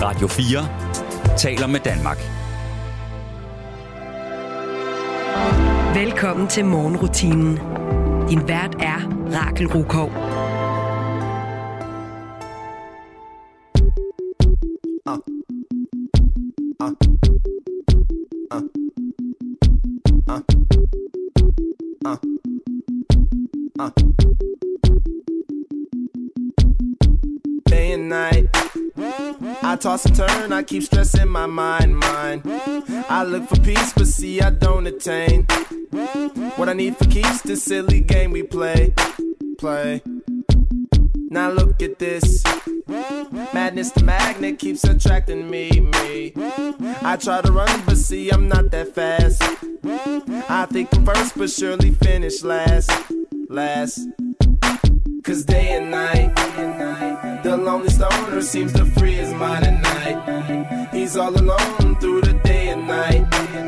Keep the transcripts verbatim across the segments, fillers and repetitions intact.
Radio fire taler med Danmark. Velkommen til morgenrutinen. Din vært er Rakel Rukov. Uh. Uh. Uh. Uh. Uh. Uh. Day and night, I toss and turn, I keep stressing my mind, mind. I look for peace, but see I don't attain what I need for keeps this silly game we play, play. Now look at this, madness the magnet keeps attracting me, me. I try to run, but see I'm not that fast. I think I'm first, but surely finish last, last. Cause day and night, the lonely stoner seems to free his mind at night. He's all alone through the day and night.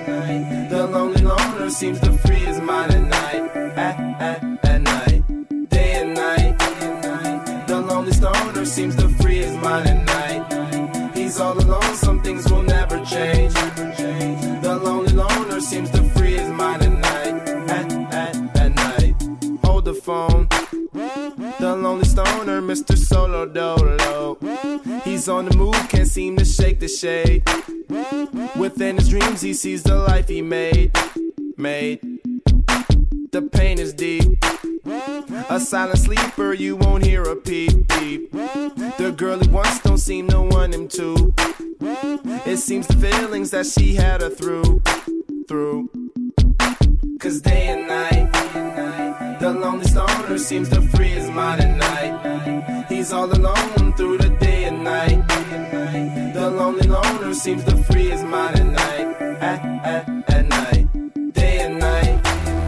The lonely loner seems to free his mind at night, at, at, at night. Day and night, the lonely stoner seems to free his mind at night. He's all alone, some things will never change. The lonely loner seems to free his mind at night, at, at, at night. Hold the phone. The lonely stoner, Mister Solo Dolo. He's on the move, can't seem to shake the shade. Within his dreams he sees the life he made, made. The pain is deep. A silent sleeper, you won't hear a peep, peep. The girl he wants don't seem to want him to. It seems the feelings that she had her through, through. Cause day and night, the lonely stoner seems to free his mind at night. He's all alone through the day and night. The lonely loner seems to free his mind at night, at, at, at night. Day and night,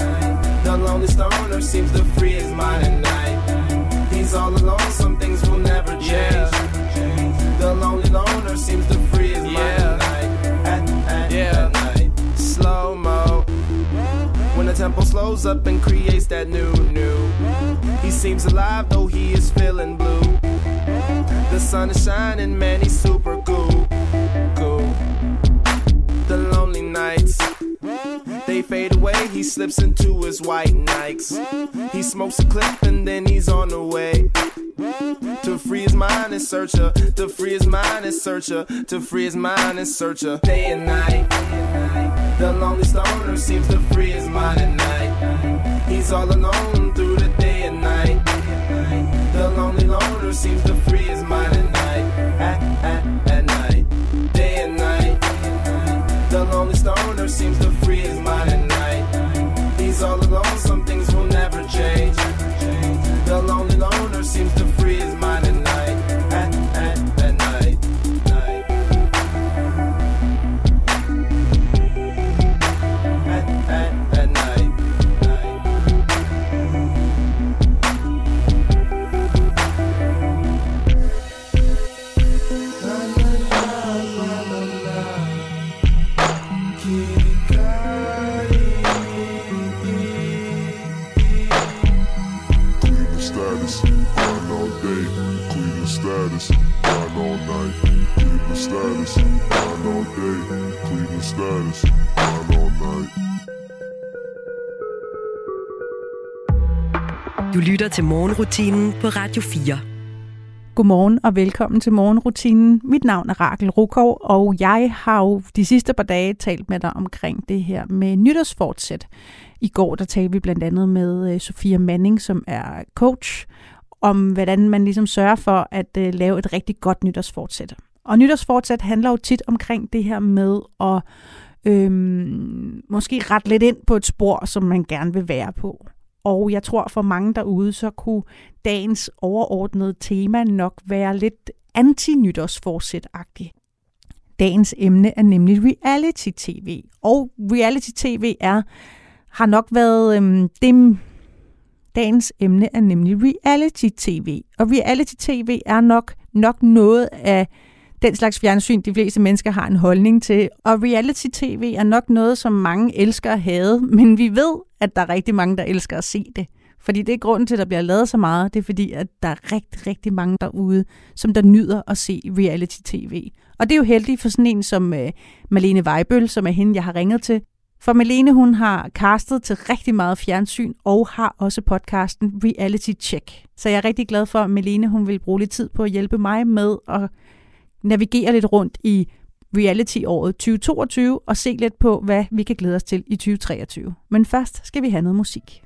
the lonely stoner seems to free his mind at night. He's all alone, some things will never change. The lonely loner seems to free his mind at night, at, at, yeah. at night. Slow-mo, when the tempo slows up and creates that new, new. He seems alive though he is feeling blue. The sun is shining, man, he's super cool, cool. The lonely nights, they fade away, he slips into his white Nikes. He smokes a clip and then he's on the way to free his mind and search her, to free his mind and search her, to free his mind and search her. Day and night, the lonely stoner seems to free his mind at night. He's all alone through the day and night. The lonely loner seems to free his mind at night, at, at, at night. Day and night, the lonely stoner seems to free his mind at night. He's all alone, some things will never change. The lonely loner seems to free his mind at night, at, at, at night, night. At, at, at night, night. Status, grind all night. Cleveland status, grind all day. Cleveland status, grind all night. Du lytter til morgenrutinen på Radio fire. Godmorgen og velkommen til morgenrutinen. Mit navn er Rakel Rukov, og jeg har jo de sidste par dage talt med dig omkring det her med nytårsfortsæt. I går der talte vi blandt andet med Sofia Manning, som er coach, om hvordan man ligesom sørger for at uh, lave et rigtig godt nytårsfortsæt. Og nytårsfortsæt handler jo tit omkring det her med at øhm, måske rette lidt ind på et spor, som man gerne vil være på. Og jeg tror for mange derude, så kunne dagens overordnede tema nok være lidt anti-nytårsfortsæt-agtigt. Dagens emne er nemlig reality-tv. Og reality-tv er, har nok været øhm, det... Dagens emne er nemlig reality-tv. Og reality-tv er nok, nok noget af den slags fjernsyn, de fleste mennesker har en holdning til. Og reality-tv er nok noget, som mange elsker at have, men vi ved, at der er rigtig mange, der elsker at se det. Fordi det er grunden til, at der bliver lavet så meget. Det er fordi, at der er rigtig, rigtig mange derude, som der nyder at se reality-tv. Og det er jo heldigt for sådan en som øh, Malene Weibøl, som er hende, jeg har ringet til. For Malene, hun har castet til rigtig meget fjernsyn og har også podcasten Reality Check. Så jeg er rigtig glad for, at Malene hun vil bruge lidt tid på at hjælpe mig med at navigere lidt rundt i reality-året tyve toogtyve og se lidt på, hvad vi kan glæde os til i tyve treogtyve. Men først skal vi have noget musik.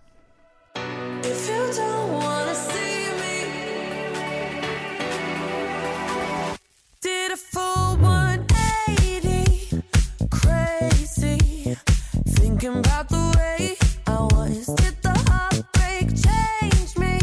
Thinking about the way I was, did the heartbreak change me?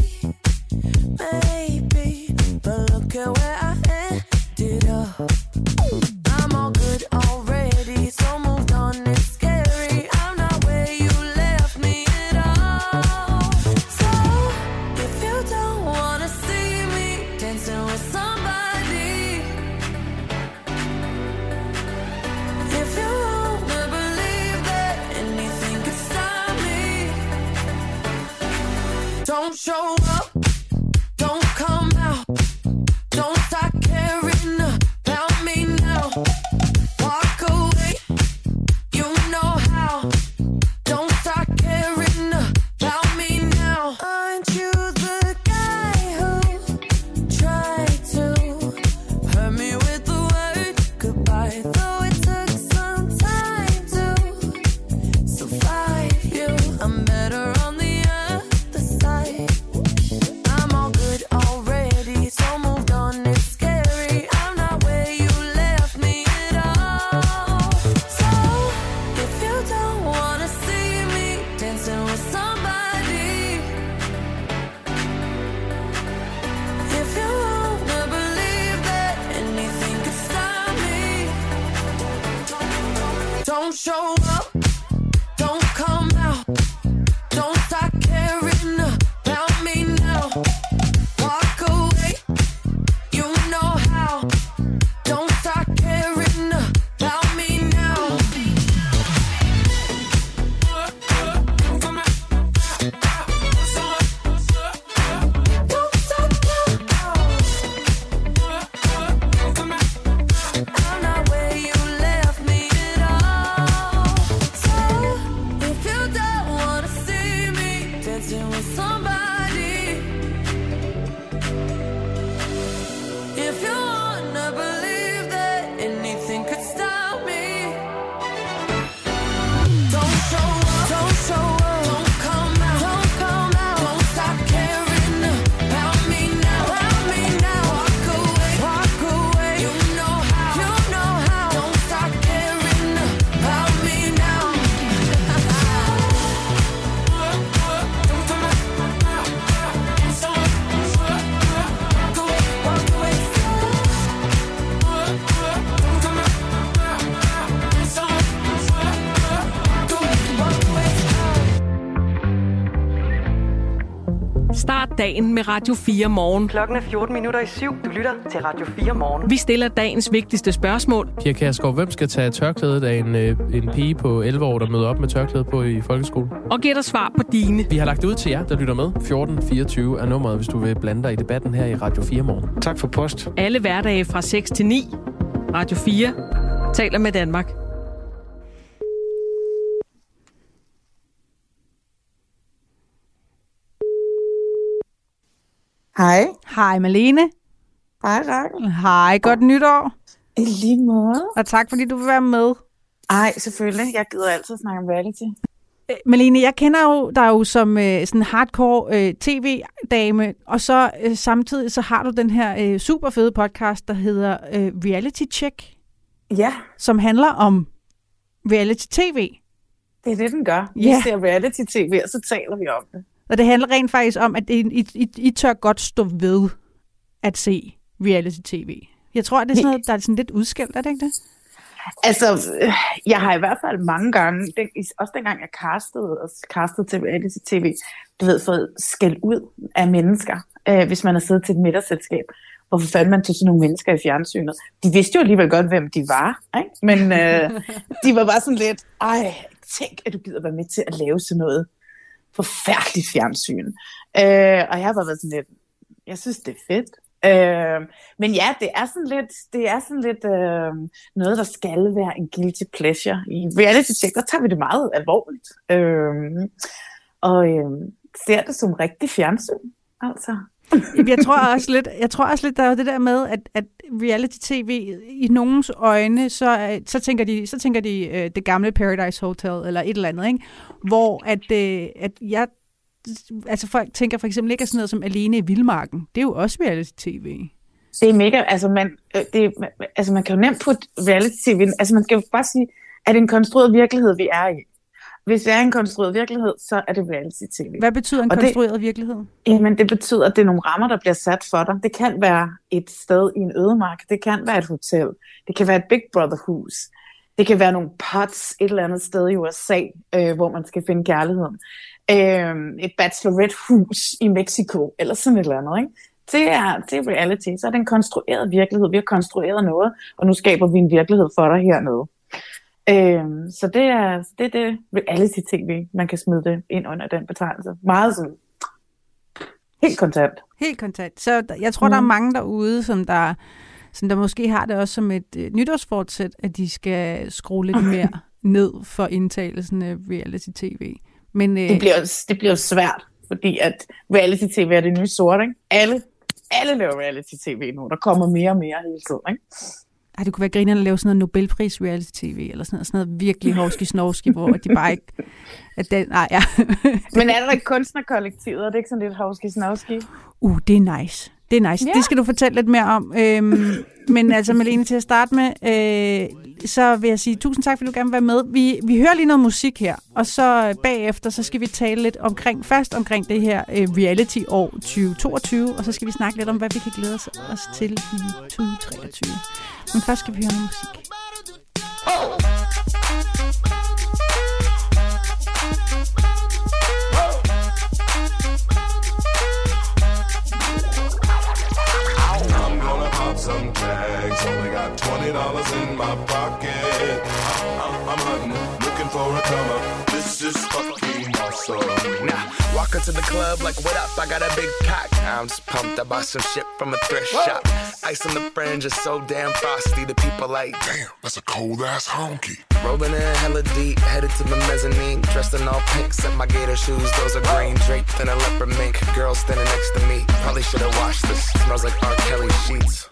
Maybe, but look at where I ended up. I'm all good already, so moved on, it's scary. I'm not where you left me at all. So, if you don't wanna see me dancing with somebody, if you wanna believe that anything could stop me, don't show up, don't come out, don't start caring about me now. Walk away, you know how, don't start caring about me now. Aren't you the guy who tried to hurt me with the word goodbye? Though it took some time to survive you, I'm better on the other side. I'm all good already, so moved on, it's scary. I'm not where you left me at all. So, if you don't wanna see me dancing with somebody, if you wanna believe that anything could stop me, don't show up, don't come out, don't start caring about me now. Walk away, you know how, don't start caring about me now. Don't stop now. I'm not where you left me at all. So, if you don't wanna see me dancing with somebody, if you wanna believe that anything could stop me, don't show up, don't show up, don't come out, don't come out, don't stop caring about me now, about me now. Walk away, walk away, you know how, you know how, don't stop caring about me now. Walk away, walk away. Start dagen med Radio fire Morgen. Klokken er fjorten minutter i syv. Du lytter til Radio fire Morgen. Vi stiller dagens vigtigste spørgsmål. Pia Kjærsgaard, hvem skal tage tørklædet af en, øh, en pige på elleve år, der møder op med tørklæde på i folkeskolen? Og giver dig svar på dine. Vi har lagt det ud til jer, der lytter med. fjorten fireogtyve er nummeret, hvis du vil blande dig i debatten her i Radio fire Morgen. Tak for post. Alle hverdage fra seks til ni. Radio fire taler med Danmark. Hej. Hej Malene. Hej Rakel. Hej, godt nytår. I lige måde. Og tak fordi du vil være med. Ej, selvfølgelig. Jeg gider altid snakke om reality. Øh, Malene, jeg kender jo dig jo som øh, sådan hardcore øh, tv-dame, og så øh, samtidig så har du den her øh, super fede podcast, der hedder øh, Reality Check. Ja. Som handler om reality-tv. Det er det, den gør. Vi Ja. ser reality-tv, og så taler vi om det. Og det handler rent faktisk om, at I, I, I, I tør godt stå ved at se reality-tv. Jeg tror, at det er sådan noget, der er sådan lidt udskældt, er det ikke det? Altså, øh, jeg har i hvert fald mange gange, den, også dengang jeg castede, og castede til reality-tv, du ved, fået skældt ud af mennesker, øh, hvis man har siddet til et middagsselskab. Hvorfor fanden man tog sådan nogle mennesker i fjernsynet? De vidste jo alligevel godt, hvem de var, ikke? Men øh, de var bare sådan lidt, ej, tænk, at du gider være med til at lave sådan noget forfærdeligt fjernsyn. Øh, og jeg har bare været sådan lidt, jeg synes, det er fedt. Øh, men ja, det er sådan lidt, det er sådan lidt øh, noget, der skal være en guilty pleasure. I reality-tv, der tager vi det meget alvorligt. Øh, og øh, ser det som rigtig fjernsyn, altså. Jeg tror også lidt, jeg tror også lidt, der er det der med, at, at reality-tv i nogens øjne, så, så tænker de, så tænker de øh, det gamle Paradise Hotel eller et eller andet, ikke? Hvor at, øh, at jeg, altså folk tænker for eksempel ikke af sådan noget som Alene i Vildmarken. Det er jo også reality-tv. Det er mega, altså man, det, altså man kan jo nemt putte reality-tv, altså man skal jo bare sige, at det er en konstrueret virkelighed, vi er i. Hvis det er en konstrueret virkelighed, så er det reality-tv. Hvad betyder en og konstrueret det, virkelighed? Jamen, det betyder, at det er nogle rammer, der bliver sat for dig. Det kan være et sted i en ødemark. Det kan være et hotel. Det kan være et Big Brother-hus. Det kan være nogle pots et eller andet sted i U S A, øh, hvor man skal finde kærligheden. Øh, et bachelorette-hus i Mexico, eller sådan et eller andet, ikke? Det er, det er reality. Så er det en konstrueret virkelighed. Vi har konstrueret noget, og nu skaber vi en virkelighed for dig hernede. Øhm, så det er det, er det reality-tv, man kan smide det ind under den betegnelse. Meget sådan helt kontant. Helt kontant. Så jeg tror, mm. der er mange derude, som der, som der måske har det også som et uh, nytårsfortsæt, at de skal skrue lidt mere ned for indtagelsen af reality-tv. Men, uh, det, bliver, det bliver svært, fordi at reality-tv er det nye sort, ikke? Alle, alle laver reality-tv nu. Der kommer mere og mere hele tiden, ikke? Ej, det kunne være grinerende at lave sådan noget Nobelpris reality-tv, eller sådan noget, sådan noget virkelig hovski-snovski, hvor de bare ikke... At den, nej, ja. Men er der ikke kunstnerkollektivet? Er det ikke sådan lidt hovski-snovski? Uh, det er nice. Det er nice. Yeah. Det skal du fortælle lidt mere om. Øhm, men altså, Malene, til at starte med, øh, så vil jeg sige tusind tak, fordi du gerne vil være med. Vi, vi hører lige noget musik her, og så bagefter, så skal vi tale lidt omkring, først omkring det her øh, reality-år tyve toogtyve, og så skal vi snakke lidt om, hvad vi kan glæde os, os til i tyve treogtyve. Men først skal vi høre noget musik. Oh! Some tags, only got twenty dollars in my pocket. I'm, I'm hunting, looking for a come up. This is fucking awesome. Now, walk into the club like, what up? I got a big cock. I'm just pumped. I bought some shit from a thrift Whoa. shop. Ice on the fringe is so damn frosty. The people like, damn, that's a cold ass honky. Rolling in hella deep, headed to the mezzanine. Dressed in all pink, set my gator shoes. Those are green, draped in a leopard mink. Girl standing next to me. Probably should have washed this. Smells like R. Kelly sheets.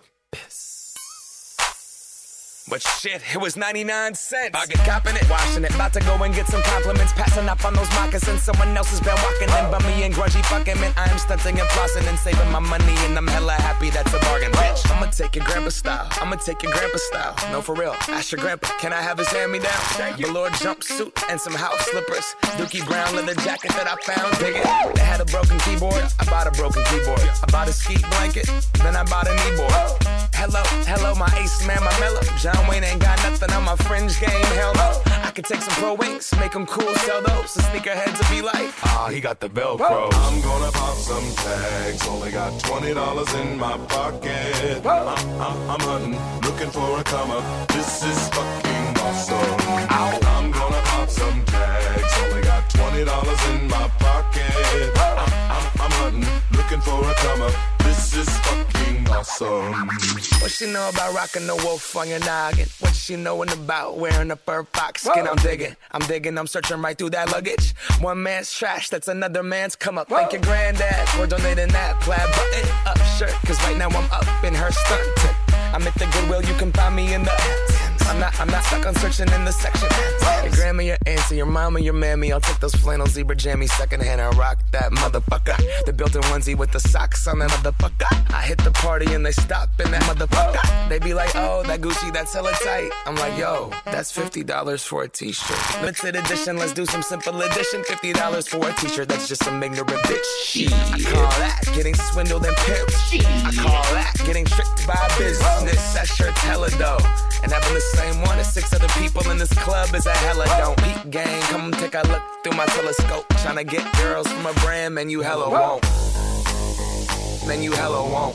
But shit, it was ninety-nine cents. I get copping it, washing it. About to go and get some compliments. Passing up on those moccasins. Someone else has been walking in. Bummy and grungy fucking man. I am stunting and flossing and saving my money. And I'm hella happy that's a bargain, bitch. I'ma take your grandpa style. I'ma take your grandpa style. No, for real. Ask your grandpa, can I have his hand-me-down? Velour jumpsuit and some house slippers. Dookie brown leather jacket that I found. Dig it. They had a broken keyboard. I bought a broken keyboard. I bought a ski blanket. Then I bought a kneeboard. Hello, hello, my ace man, my mellow. John Wayne ain't got nothing on my fringe game, hell no. I could take some pro wings, make them cool, sell those. The sneakerheads will be like, ah, he got the Velcro. I'm gonna pop some tags, only got twenty dollars in my pocket. I'm, I'm, I'm hunting, looking for a come up. This is fucking awesome. Ow. I'm gonna pop some tags, only got twenty dollars in my pocket. I'm, I'm, I'm hunting, looking for a come up. This is fucking awesome. What she know about rocking the wolf on your noggin? What she knowin' about wearing a fur fox skin? Whoa. I'm digging, I'm digging, I'm searching right through that luggage. One man's trash, that's another man's come up. Whoa. Thank your granddad for donating that plaid button up shirt. Cause right now I'm up in her stunting. I'm at the Goodwill, you can find me in the I'm not, I'm not stuck on searching in the section. Your grandma, your auntie, your mama, your mammy. I'll take those flannel zebra jammies secondhand and rock that motherfucker. The built-in onesie with the socks on that motherfucker. I hit the party and they stop in that motherfucker. They be like, oh, that Gucci, that's hella tight. I'm like, yo, that's fifty dollars for a t-shirt. Limited edition, let's do some simple edition. fifty dollars for a t-shirt, that's just some ignorant bitch. Shit. I call that getting swindled and pimped. I call that getting tricked by business. That shirt's hella dope. And having the same one as six other people in this club is a hella don't. Peep gang, come take a look through my telescope. Tryna get girls from a brand, man, you hella won't. Man, you hella won't.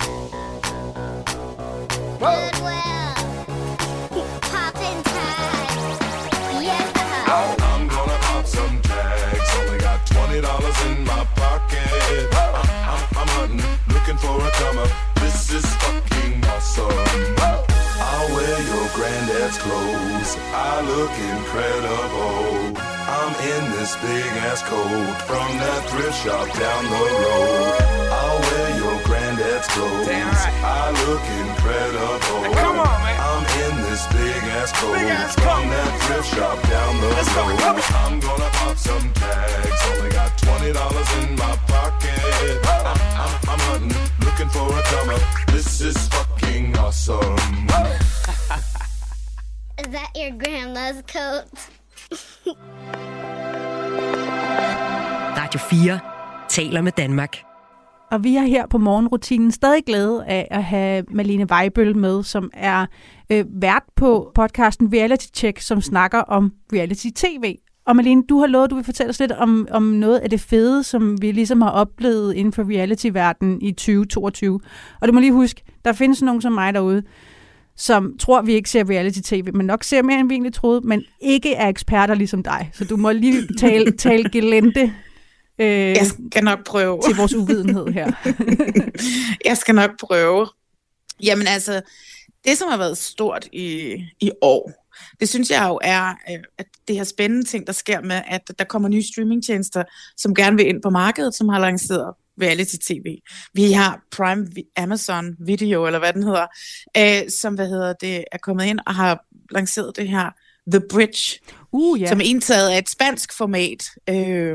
Goodwill, poppin' tags, yeah. I'm gonna pop some tags, only got twenty dollars in my pocket. I'm, I'm, I'm hunting, looking for a come up. This is granddad's clothes. I look incredible. I'm in this big ass coat from that thrift shop down the road. I'll wear your granddad's clothes. Damn right. I look incredible. Hey, come on, man. I'm in this big ass coat big ass from that thrift shop down the Let's road. Go, I'm gonna pop some tags. Only got twenty dollars in my pocket. I'm, I'm, I'm hunting, looking for a comer. This is fucking awesome. Is that your grandma's coat? Radio fire taler med Danmark. Og vi er her på morgenrutinen stadig glade af at have Malene Weibøll med, som er øh, vært på podcasten Reality Check, som snakker om reality-tv. Og Malene, du har lovet, du vil fortælle os lidt om, om noget af det fede, som vi ligesom har oplevet inden for reality-verdenen i tyve toogtyve. Og du må lige huske, der findes nogen som mig derude, som tror, vi ikke ser reality-tv, men nok ser mere, end vi egentlig troede, men ikke er eksperter ligesom dig. Så du må lige tale, tale gelente øh, jeg skal nok prøve. Til vores uvidenhed her. Jeg skal nok prøve. Jamen altså, det som har været stort i, i år, det synes jeg jo er, at det her spændende ting, der sker med, at der kommer nye streamingtjenester, som gerne vil ind på markedet, som har lanceret reality-tv. Vi har Prime Amazon Video, eller hvad den hedder, øh, som hvad hedder det, er kommet ind og har lanceret det her The Bridge, uh, yeah. som er indtaget af et spansk format, øh,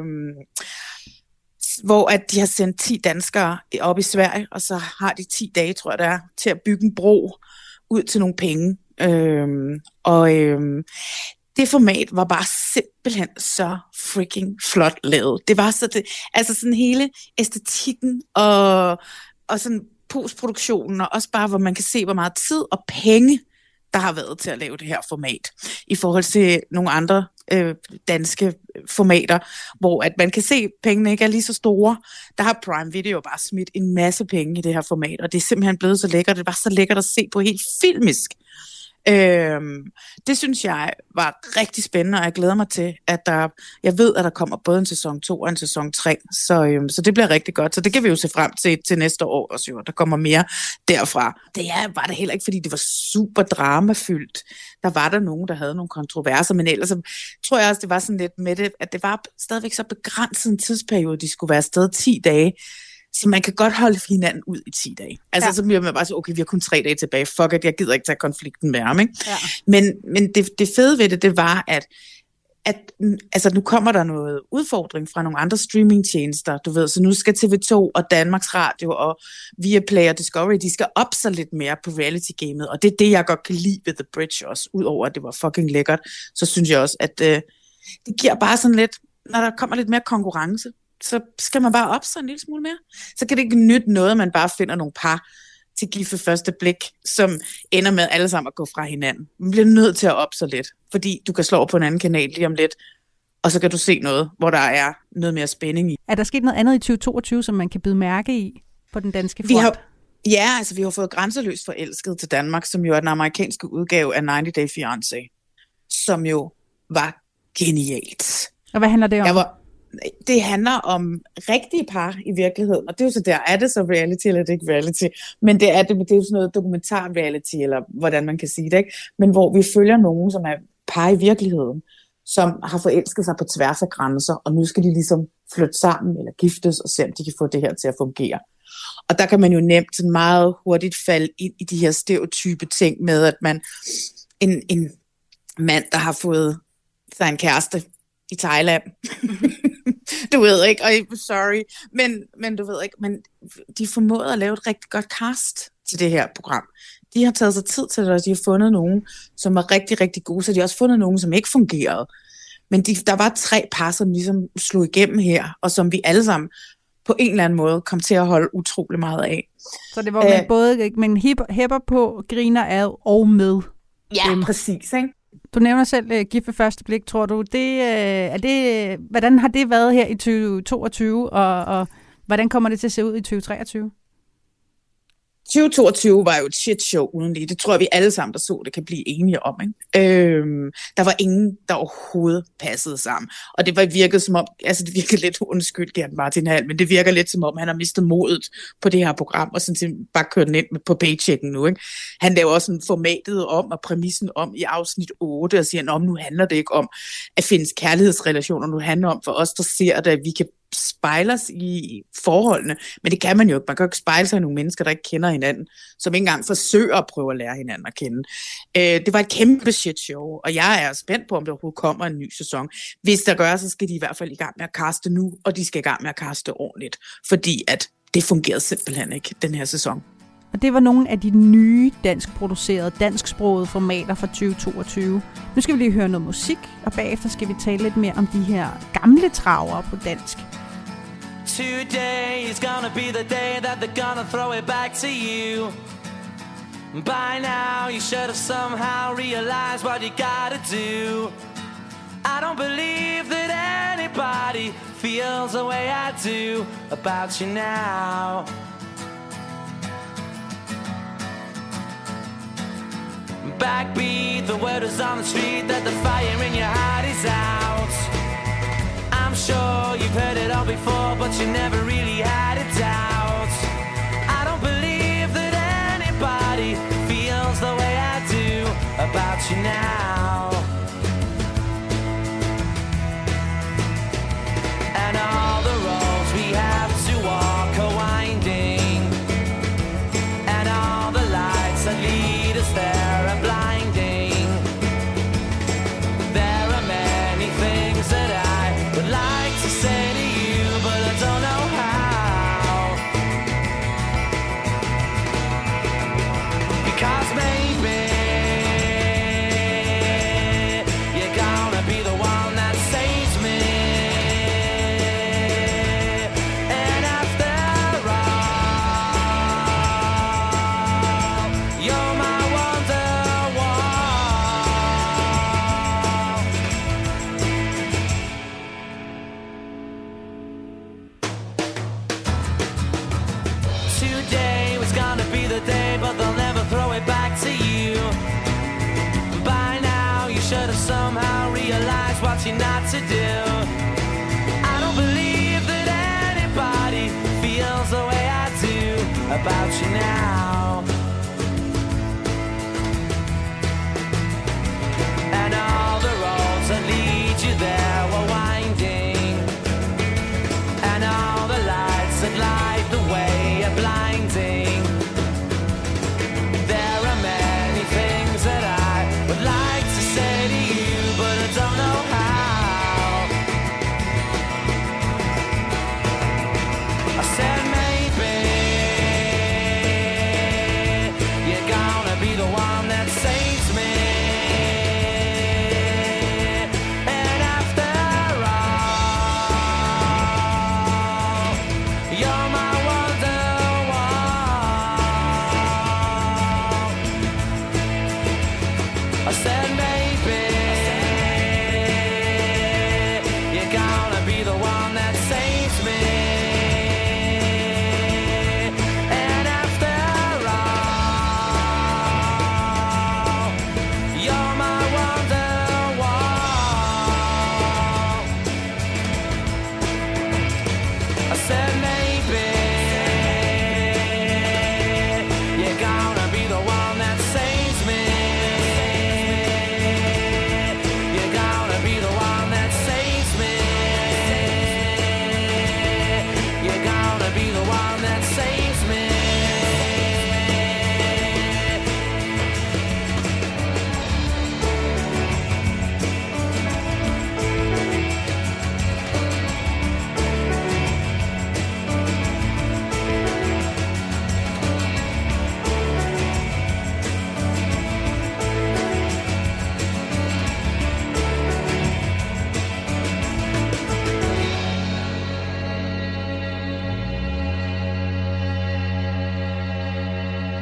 hvor at de har sendt ti danskere op i Sverige, og så har de ti dage, tror jeg det er, til at bygge en bro ud til nogle penge. Øh, og øh, det format var bare simpelthen så freaking flot lavet. Det var så det, altså sådan hele æstetikken og, og sådan postproduktionen, og også bare, hvor man kan se, hvor meget tid og penge, der har været til at lave det her format, i forhold til nogle andre øh, danske formater, hvor at man kan se, at pengene ikke er lige så store. Der har Prime Video bare smidt en masse penge i det her format, og det er simpelthen blevet så lækkert. Det var så lækkert at se på, helt filmisk. Øhm, det synes jeg var rigtig spændende, og jeg glæder mig til, at der, jeg ved, at der kommer både en sæson to og en sæson tre, så, øhm, så det bliver rigtig godt, så det kan vi jo se frem til til næste år også, jo. Der kommer mere derfra. Det er, var det heller ikke, fordi det var super dramafyldt. Der var der nogen, der havde nogle kontroverser, men ellers så, tror jeg også, det var sådan lidt med det, at det var stadigvæk så begrænset en tidsperiode, de skulle være afsted ti dage. Så man kan godt holde hinanden ud i ti dage. Altså, ja. Så bliver man bare så, okay, vi har kun tre dage tilbage. Fuck it, jeg gider ikke tage konflikten med ham, ikke? Ja. Men, men det, det fede ved det, det var, at, at altså, nu kommer der noget udfordring fra nogle andre streamingtjenester, du ved. Så nu skal T V to og Danmarks Radio og Viaplay og Discovery, de skal op sig lidt mere på reality-gamet. Og det er det, jeg godt kan lide ved The Bridge også. Udover at det var fucking lækkert, så synes jeg også, at øh, det giver bare sådan lidt, når der kommer lidt mere konkurrence, så skal man bare op sig en lille smule mere. Så kan det ikke nytte noget, at man bare finder nogle par til gift ved første blik, som ender med alle sammen at gå fra hinanden. Man bliver nødt til at op sig lidt, fordi du kan slå over på en anden kanal lige om lidt, og så kan du se noget, hvor der er noget mere spænding i. Er der sket noget andet i tyve toogtyve, som man kan bide mærke i på den danske front? Vi har, ja, altså vi har fået Grænseløst forelsket til Danmark, som jo er den amerikanske udgave af ninety Day Fiancé, som jo var genialt. Og hvad handler det om? Jeg var Det handler om rigtige par i virkeligheden, og det er jo så der, er det så reality, eller er det ikke reality? Men det er, det, det er jo sådan noget dokumentar-reality, eller hvordan man kan sige det, ikke? Men hvor vi følger nogen, som er par i virkeligheden, som har forelsket sig på tværs af grænser, og nu skal de ligesom flytte sammen, eller giftes, og se, om de kan få det her til at fungere. Og der kan man jo nemt sådan meget hurtigt falde ind i de her stereotype ting med, at man, en, en mand, der har fået sig en kæreste i Thailand, du ved ikke, og sorry, men, men du ved ikke, men de formåede at lave et rigtig godt cast til det her program. De har taget sig tid til det, og de har fundet nogen, som var rigtig, rigtig gode, så de har også fundet nogen, som ikke fungerede. Men de, der var tre par, som ligesom slog igennem her, og som vi alle sammen på en eller anden måde kom til at holde utrolig meget af. Så det var med Æh, både men hæpper på, griner af og med. Ja, um, præcis, ikke? Du nævner selv uh, gift ved første blik, tror du. Det, uh, er det, hvordan har det været her i tyve toogtyve, og, og hvordan kommer det til at se ud i tyve treogtyve? tyve toogtyve var jo et shit show uden lige. Det tror jeg, vi alle sammen, der så det, kan blive enige om. Ikke? Øhm, der var ingen, der overhovedet passede sammen. Og det var virket som om, altså det virkede lidt undskyld, Gert Martin Hall, men det virker lidt som om, han har mistet modet på det her program, og sådan set bare kørt den ind på paychecken nu. Ikke? Han laver også sådan formatet om, og præmissen om i afsnit otte, og siger, om nu handler det ikke om at findes kærlighedsrelationer, nu handler om for os, der ser det, at vi kan spejle os i forholdene, men det kan man jo ikke. Man kan jo ikke spejle sig i nogle mennesker, der ikke kender hinanden, som ikke engang forsøger at prøve at lære hinanden at kende. Øh, det var et kæmpe shit show, og jeg er spændt på, om der overhovedet kommer en ny sæson. Hvis der gør, så skal de i hvert fald i gang med at kaste nu, og de skal i gang med at kaste ordentligt, fordi at det fungerede simpelthen ikke, den her sæson. Og det var nogle af de nye danskproducerede, dansksprogede formater fra tyve toogtyve. Nu skal vi lige høre noget musik, og bagefter skal vi tale lidt mere om de her gamle travere på dansk. Today is gonna be the day that they're gonna throw it back to you. By now you should have somehow realized what you gotta do. I don't believe that anybody feels the way I do about you now. Backbeat, the word is on the street that the fire in your heart is out. I'm sure you've heard it all before, but you never really had a doubt. I don't believe that anybody feels the way I do about you now. And all the roads we have to walk are winding, and all the lights that lead us there are blinding. There are many things that I would like to say to you, but I don't know how. Because maybe you're gonna be the one that saves me. And after all, you're my wonderwall. Today was gonna be the day, but they'll never throw it back to you. By now you should have somehow realized what you're not to do. I don't believe that anybody feels the way I do about you now. And all the roads that lead you there were winding, and all the lights that light the way are blinding. There are many things that I would like to say to you, but I don't know how. I said maybe you're gonna be the one that saves me. And after all, you're my wonderwall. I said maybe you're gonna be the one that saves me. And after all, you're my wonderwall. I said maybe you're gonna be the one that saves me. You're gonna be the one that saves me. You're gonna be the one that saves me.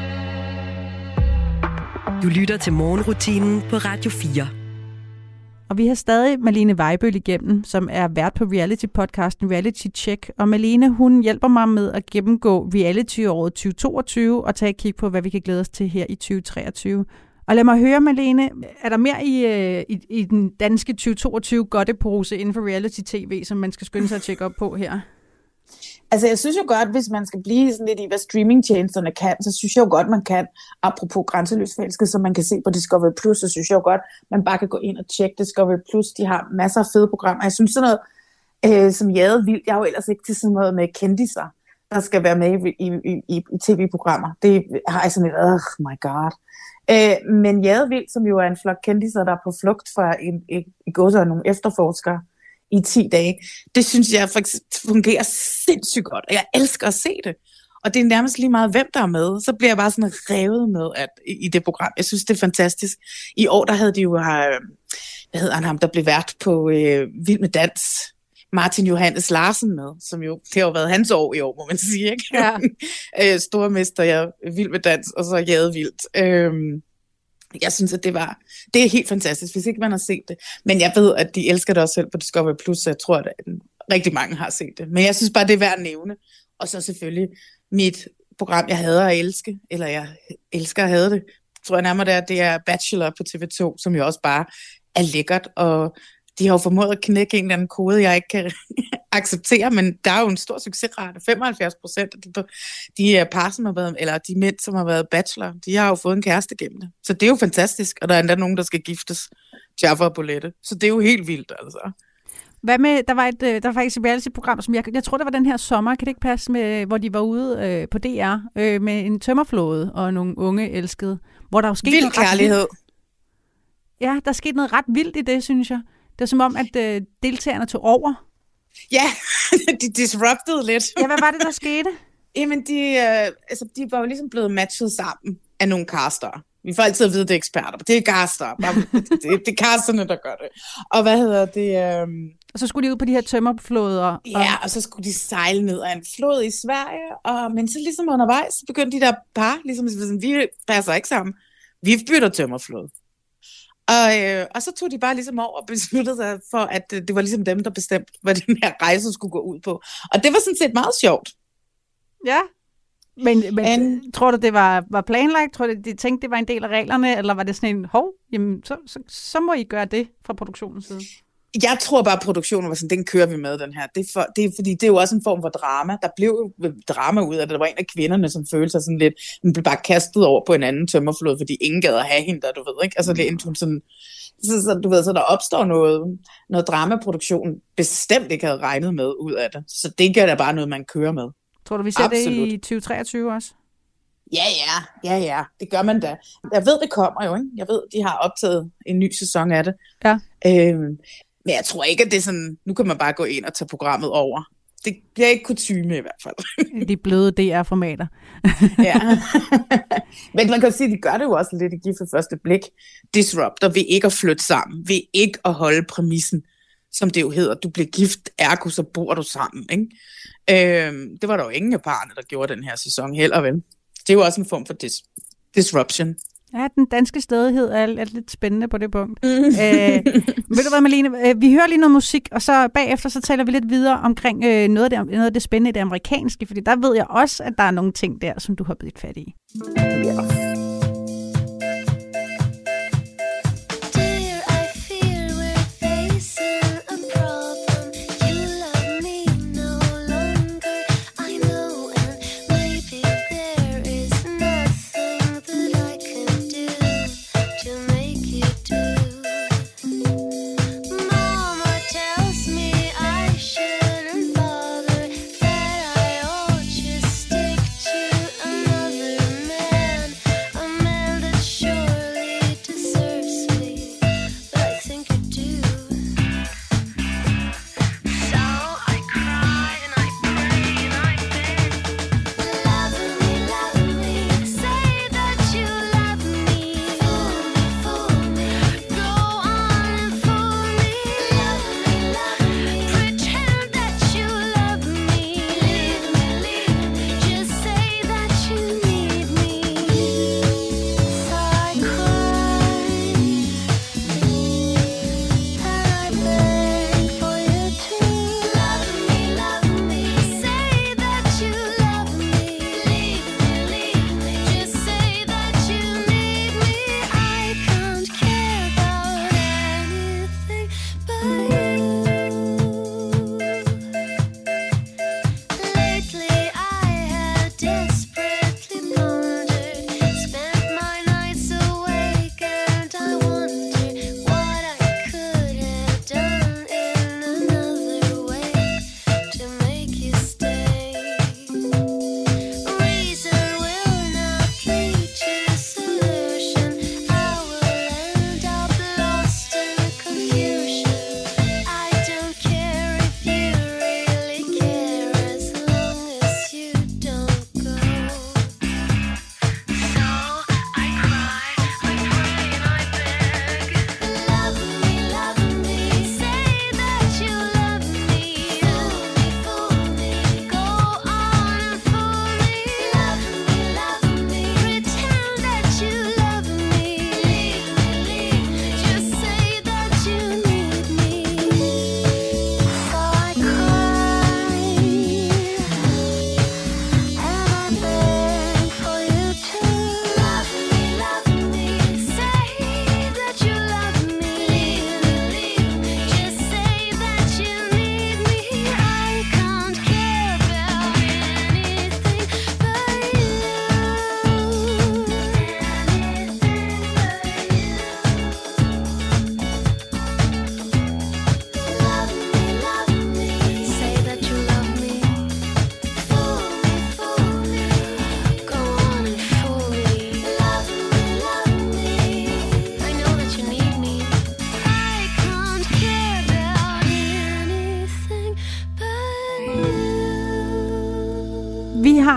Du lytter til morgenrutinen på Radio fire. Og vi har stadig Malene Weibøl igennem, som er vært på reality-podcasten Reality Check. Og Malene, hun hjælper mig med at gennemgå reality-året tyve toogtyve og tage et kig på, hvad vi kan glæde os til her i tyve treogtyve. Og lad mig høre, Malene, er der mere i, i, i den danske tyve toogtyve godtepose inden for reality-tv, som man skal skynde sig at tjekke op på her? Altså, jeg synes jo godt, hvis man skal blive sådan lidt i, hvad streamingtjenesterne kan, så synes jeg jo godt, man kan, apropos Grænseløst Forelsket, som man kan se på Discovery Plus, så synes jeg jo godt, man bare kan gå ind og tjekke Discovery Plus. De har masser af fede programmer. Jeg synes sådan noget, øh, som Jade Vildt, jeg er jo ellers ikke til sådan noget med kendiser, der skal være med i, i, i, i tv-programmer. Det har jeg sådan lidt, oh my god. Øh, men Jade Vildt, som jo er en flok kendiser, der er på flugt fra en, en, en gås af nogle efterforskere, i ti dage. Det synes jeg fungerer sindssygt godt, og jeg elsker at se det. Og det er nærmest lige meget, hvem der er med. Så bliver jeg bare sådan revet med at, i det program. Jeg synes, det er fantastisk. I år, der havde de jo, øh, hvad hedder han ham, der blev vært på øh, Vild med Dans. Martin Johannes Larsen med, som jo, det har jo været hans år i år, må man sige, ikke? Ja. øh, Stormester, ja, Vild med Dans, og så Jade Vildt. Øh, Jeg synes, at det var, det er helt fantastisk, hvis ikke man har set det. Men jeg ved, at de elsker det også selv på Discovery Plus, så jeg tror, at rigtig mange har set det. Men jeg synes bare, det er værd at nævne. Og så selvfølgelig mit program, jeg hader at elske, eller jeg elsker at have det, tror jeg nærmere, det er, det er Bachelor på T V to, som jo også bare er lækkert, og de har jo formået at knække en eller anden kode, jeg ikke kan acceptere, men der er jo en stor succesrate. femoghalvfjerds procent af de, de par, som har været, eller de mænd, som har været bachelor, de har jo fået en kæreste gennem det. Så det er jo fantastisk, og der er endda nogen, der skal giftes. Jaffa og Bolette. Så det er jo helt vildt, altså. Hvad med, der var, et, der var faktisk et reality-program, som jeg, jeg tror, det var den her sommer, kan det ikke passe, med, hvor de var ude øh, på D R øh, med en tømmerflåde og nogle unge elskede, hvor der jo skete Vild noget kærlighed. Ret vildt. Ja, der skete noget ret vildt i det, synes jeg. Det er som om, at øh, deltagerne tog over. Ja, de disrupted lidt. Ja, hvad var det, der skete? Jamen, de, øh, altså, de var jo ligesom blevet matchet sammen af nogle caster. Vi får altid at vide, det er eksperter. Det er caster. Bare, det, det er casterne, der gør det. Og hvad hedder det? Øh... Og så skulle de ud på de her tømmerflåder. Ja, og... og så skulle de sejle ned af en flod i Sverige. Og, men så ligesom undervejs, så begyndte de der par, ligesom sådan, vi passer ikke sammen. Vi bytter tømmerflod. Og, øh, og så tog de bare ligesom over og besluttede sig for, at øh, det var ligesom dem, der bestemte, hvad den her rejse skulle gå ud på. Og det var sådan set meget sjovt. Ja, men, men And, tror du, det var, var planlagt? Tror du, de tænkte, det var en del af reglerne? Eller var det sådan en, hov, jamen, så, så, så må I gøre det fra produktionens side? Jeg tror bare, at produktionen var sådan, den kører vi med, den her. Det er, for, det er fordi, det er jo også en form for drama. Der blev jo drama ud af det. Der var en af kvinderne, som følte sig sådan lidt, hun blev bare kastet over på en anden tømmerflod, fordi ingen gad at have hende der, du ved, ikke? Altså, det endte hun sådan, så, så, du ved, så der opstår noget, noget dramaproduktion, bestemt ikke havde regnet med ud af det. Så det gør da bare noget, man kører med. Tror du, vi ser Absolut. det i tyve treogtyve også? Ja, ja, ja, ja, det gør man da. Jeg ved, det kommer jo, ikke? Jeg ved, de har optaget en ny sæson af det. Ja. Øhm, Men jeg tror ikke, at det er sådan, nu kan man bare gå ind og tage programmet over. Det bliver ikke kutyme i hvert fald. De bløde D R-formater. Ja. Men man kan sige, at de gør det jo også lidt i gift for første blik. Disrupter ved ikke at flytte sammen, ved ikke at holde præmissen, som det jo hedder. Du bliver gift, ergo så bor du sammen. Ikke? Øhm, det var der jo ingen af parerne, der gjorde den her sæson heller, vel? Det er jo også en form for dis- disruption. Ja, den danske stædighed er, er lidt spændende på det punkt. Mm. Øh, ved du hvad, Malene? Øh, vi hører lige noget musik, og så bagefter så taler vi lidt videre omkring øh, noget, af det, noget af det spændende i det amerikanske, fordi der ved jeg også, at der er nogle ting der, som du har bidt fat i. Ja.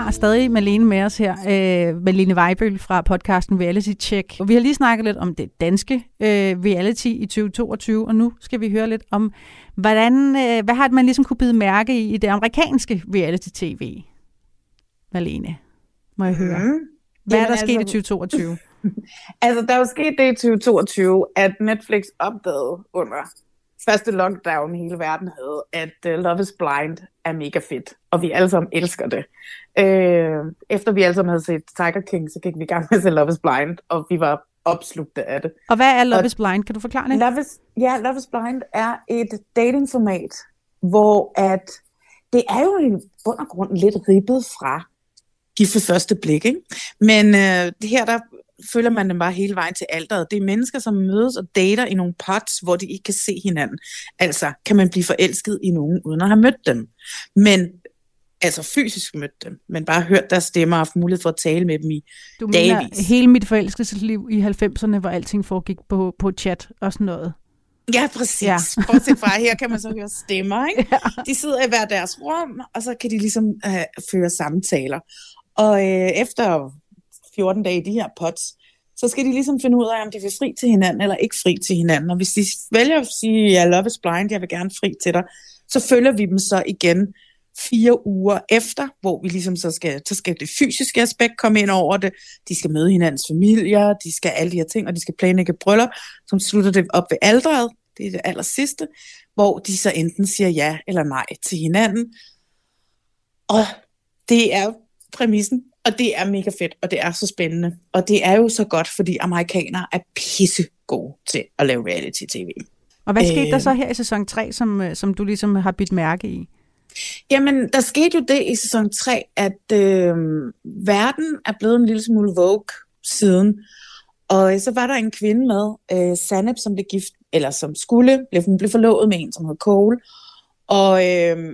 har stadig Malene med os her, øh, Malene Weibøl fra podcasten Reality Check. Og vi har lige snakket lidt om det danske øh, reality i tyve toogtyve, og nu skal vi høre lidt om, hvordan, øh, hvad har man ligesom kunne bide mærke i i det amerikanske reality-tv? Malene, må jeg høre. Mm. Hvad Jamen, er der sket altså, i tyve toogtyve? altså, der er jo sket det i tyve toogtyve, at Netflix opdagede under første lockdown i hele verden havde, at uh, Love is Blind er mega fedt, og vi alle sammen elsker det. Øh, efter vi alle sammen havde set Tiger King, så gik vi i gang med at se Love is Blind, og vi var opslugte af det. Og hvad er Love og is Blind? Kan du forklare det? Love is, ja, Love is Blind er et datingformat, hvor at det er jo i bund og grund lidt ribbet fra Gift ved første blik, ikke? Men øh, det her, der følger man dem bare hele vejen til alteret. Det er mennesker, som mødes og dater i nogle pots, hvor de ikke kan se hinanden. Altså, kan man blive forelsket i nogen, uden at have mødt dem. Men, altså fysisk mødt dem, men bare hørt deres stemmer og haft mulighed for at tale med dem i du dagevis. Du mener hele mit forelskelsesliv i halvfemserne, hvor alting foregik på, på chat og sådan noget? Ja, præcis. Ja. Bortset fra, her kan man så høre stemmer, ikke? Ja. De sidder i hver deres rum, og så kan de ligesom øh, føre samtaler. Og øh, efter fjorten dage i de her pots, så skal de ligesom finde ud af, om de vil fri til hinanden, eller ikke fri til hinanden. Og hvis de vælger at sige, ja, love is blind, jeg vil gerne fri til dig, så følger vi dem så igen fire uger efter, hvor vi ligesom så skal, så skal det fysiske aspekt komme ind over det. De skal møde hinandens familier, de skal alle de her ting, og de skal planlægge bryllup, som slutter det op ved alderet. Det er det aller sidste, hvor de så enten siger ja eller nej til hinanden. Og det er præmissen, og det er mega fedt, og det er så spændende. Og det er jo så godt, fordi amerikanere er pissegode til at lave reality-tv. Og hvad skete øh, der så her i sæson tre, som, som du ligesom har bidt mærke i? Jamen, der skete jo det i sæson tre, at øh, verden er blevet en lille smule vogue siden. Og så var der en kvinde med, øh, Sanep, som blev gift, eller som skulle, blev, hun blev forlovet med en, som hed Cole. Og øh,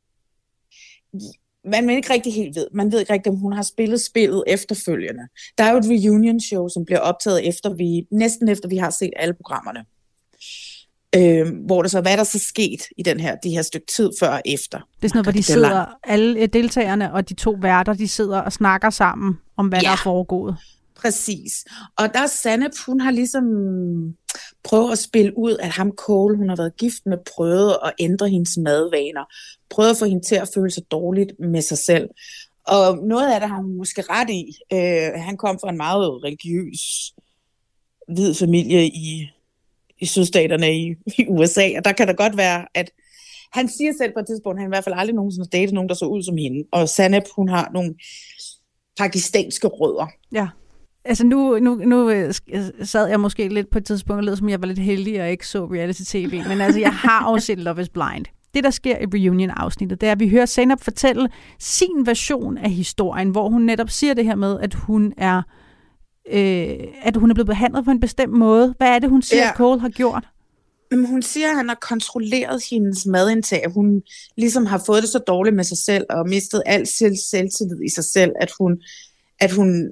man ved ikke rigtig helt ved, man ved ikke rigtig, om hun har spillet spillet efterfølgende. Der er jo et reunion show, som bliver optaget efter vi, næsten efter vi har set alle programmerne. Øh, hvor der så, hvad der så sket i den her, de her stykke tid før og efter. Det er sådan noget, hvor de sidder, alle deltagerne og de to værter, de sidder og snakker sammen om, hvad ja, der er foregået. Præcis. Og der er Sanep, hun har ligesom prøvet at spille ud, at ham Cole, hun har været gift med, prøvet at ændre hendes madvaner. Prøvet at få hende til at føle sig dårligt med sig selv. Og noget af det har hun måske ret i. Øh, han kom fra en meget religiøs hvid familie i i sydstaterne i, i U S A, og der kan det godt være, at han siger selv på et tidspunkt, at han i hvert fald aldrig nogensinde har datet nogen, der så ud som hende. Og Sanep, hun har nogle pakistanske rødder. Ja, altså nu, nu, nu sad jeg måske lidt på et tidspunkt og lød, som jeg var lidt heldig og ikke så reality-tv, men altså jeg har også set Love is Blind. Det, der sker i reunion-afsnittet, det er, at vi hører Sanep fortælle sin version af historien, hvor hun netop siger det her med, at hun er Øh, at hun er blevet behandlet på en bestemt måde. Hvad er det, hun siger, ja, Cole har gjort? Jamen, hun siger, at han har kontrolleret hendes madindtag. Hun ligesom har fået det så dårligt med sig selv, og mistet al selv, selvtillid i sig selv, at hun, at hun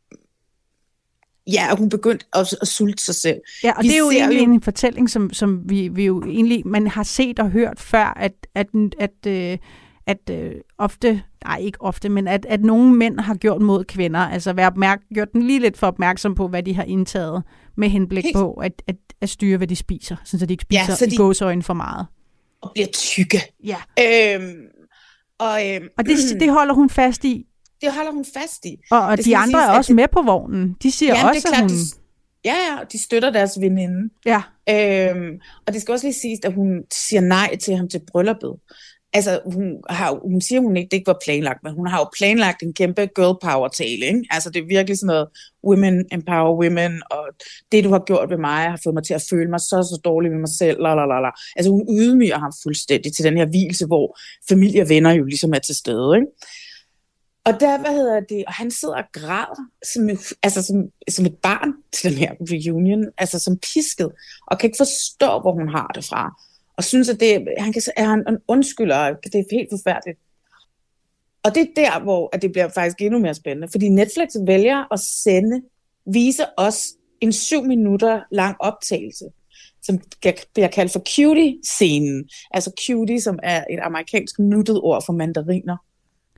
ja, hun begyndte at, at sulte sig selv. Ja, og vi det er jo egentlig jo en fortælling, som, som vi, vi jo egentlig, man har set og hørt før, at, at, at, at at øh, ofte, nej ikke ofte, men at, at nogle mænd har gjort mod kvinder, altså være opmærk, gjort dem lige lidt for opmærksom på, hvad de har indtaget, med henblik på at, at, at styre, hvad de spiser, så de ikke spiser ja, så de, i gåseøjne for meget. Og bliver tykke. Ja. Øhm, og øhm, og det, det holder hun fast i. Det holder hun fast i. Og, og de andre siges, er også det, med på vognen. De siger jamen, også, at hun... De, ja, ja, de støtter deres veninde. Ja. Øhm, og det skal også lige siges, at hun siger nej til ham til brylluppet. Altså, hun, har, hun siger, hun ikke, det ikke var planlagt, men hun har jo planlagt en kæmpe girl power tale, ikke? Altså, det er virkelig sådan noget, women empower women, og det, du har gjort ved mig, har fået mig til at føle mig så, så dårlig med mig selv, lalalala. Altså, hun ydmyger ham fuldstændig til den her vielse, hvor familie og venner jo ligesom er til stede, ikke? Og der, hvad hedder det, og han sidder og græder, som, altså som, som et barn til den her reunion, altså som pisket, og kan ikke forstå, hvor hun har det fra. Og synes, at det, han kan, er han en undskylder, det er helt forfærdeligt. Og det er der, hvor at det bliver faktisk endnu mere spændende, fordi Netflix vælger at sende, vise os en syv minutter lang optagelse, som bliver kaldt for cutie-scenen. Altså cutie, som er et amerikansk nuttet ord for mandariner.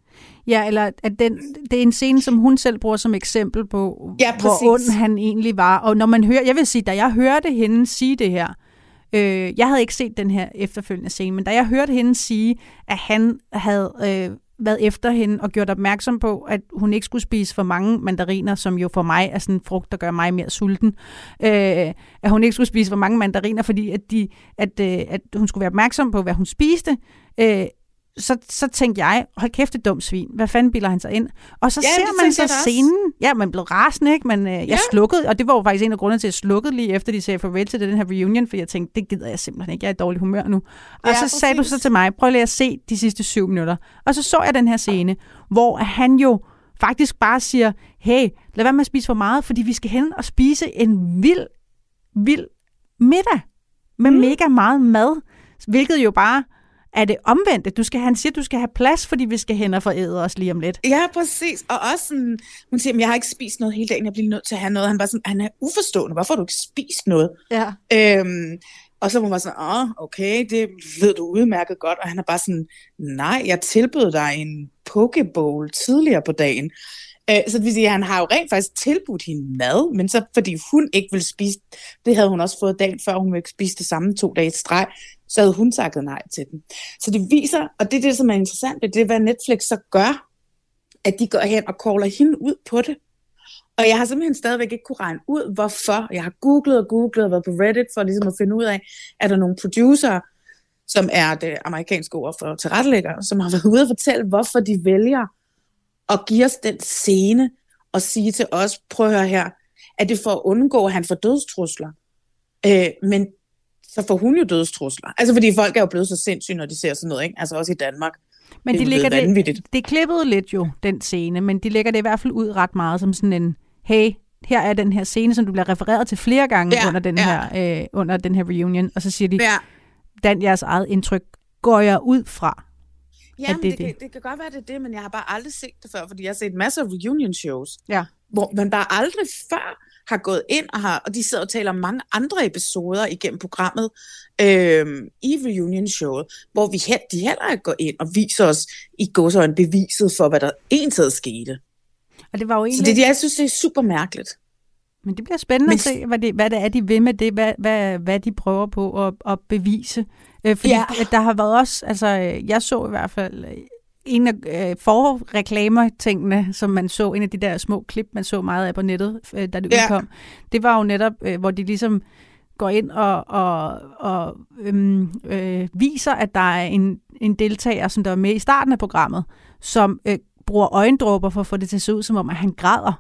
Ja, eller at den, det er en scene, som hun selv bruger som eksempel på, ja, hvor ond han egentlig var. Og når man hører, jeg vil sige, da jeg hørte hende sige det her, øh, jeg havde ikke set den her efterfølgende scene, men da jeg hørte hende sige, at han havde øh, været efter hende og gjort opmærksom på, at hun ikke skulle spise for mange mandariner, som jo for mig er sådan en frugt, der gør mig mere sulten. Øh, at hun ikke skulle spise for mange mandariner, fordi at, de, at, øh, at hun skulle være opmærksom på, hvad hun spiste. Øh, så, så tænkte jeg, hold kæft, det dum svin. Hvad fanden bilder han sig ind? Og så ja, ser man så scenen. Ja, man blev rasende, ikke? Men øh, jeg ja. slukkede, og det var jo faktisk en af grundene til, at jeg slukkede lige efter, de sagde farvel til den her reunion, for jeg tænkte, det gider jeg simpelthen ikke. Jeg er i dårlig humør nu. Og ja, så præcis. sagde du så til mig, prøv lige at se de sidste syv minutter. Og så så jeg den her scene, hvor han jo faktisk bare siger, hey, lad være med at spise for meget, fordi vi skal hen og spise en vild, vild middag med mm. mega meget mad, hvilket jo bare er det omvendte. Du skal, han siger, du skal have plads, fordi vi skal hen og foræde os lige om lidt. Ja, præcis. Og også sådan, hun siger, jeg har ikke spist noget hele dagen, jeg bliver nødt til at have noget. Han var sådan, han er uforstående, hvorfor har du ikke spist noget? Ja. Øhm, og så var man sådan, åh, okay, det ved du udmærket godt. Og han er bare sådan, nej, jeg tilbød dig en pokeball tidligere på dagen. Øh, så det vil sige, at han har jo rent faktisk tilbudt hende mad, men så fordi hun ikke ville spise, det havde hun også fået dagen før, hun ville ikke spise det samme to dage i streg, så havde hun sagt nej til den. Så det viser, og det er det, som er interessant, det er, hvad Netflix så gør, at de går hen og caller hende ud på det. Og jeg har simpelthen stadigvæk ikke kunne regne ud, hvorfor. Jeg har googlet og googlet og været på Reddit for ligesom at finde ud af, er der nogle producer, som er det amerikanske ord for tilrettelæggere, som har været ude og fortælle, hvorfor de vælger at give os den scene og sige til os, prøv at høre her, at det for at undgå, at han får dødstrusler. Øh, men så får hun jo dødstrusler. Altså fordi folk er jo blevet så sindssyge, når de ser sådan noget, ikke? Altså også i Danmark. Men det de lægger det, det klippede lidt jo, den scene, men de lægger det i hvert fald ud ret meget som sådan en, hey, her er den her scene, som du bliver refereret til flere gange ja, under, den ja. her, øh, under den her reunion, og så siger de, ja. den jeres eget indtryk går jeg ud fra. Ja, det, det, det. Kan, det kan godt være, det er det, men jeg har bare aldrig set det før, fordi jeg har set masser af reunion shows, ja. hvor man bare aldrig før har gået ind, og, har, og de sidder og taler om mange andre episoder igennem programmet øh, i reunion showet, hvor vi de heller ikke går ind og viser os i gåseøjne beviset for, hvad der egentlig skete. Og det var jo egentlig... Så det, jeg synes, det er super mærkeligt. Men det bliver spændende men... at se, hvad det, hvad det er, de vil med det, hvad, hvad, hvad de prøver på at, at bevise. Øh, fordi ja. der har været også, altså jeg så i hvert fald en af øh, forreklamer-tingene, som man så, en af de der små klip, man så meget af på nettet, øh, da det ja. udkom. Det var jo netop, øh, hvor de ligesom går ind og, og, og øhm, øh, viser, at der er en, en deltager, som der er med i starten af programmet, som øh, bruger øjendråber for at få det til at se ud, som om at han græder.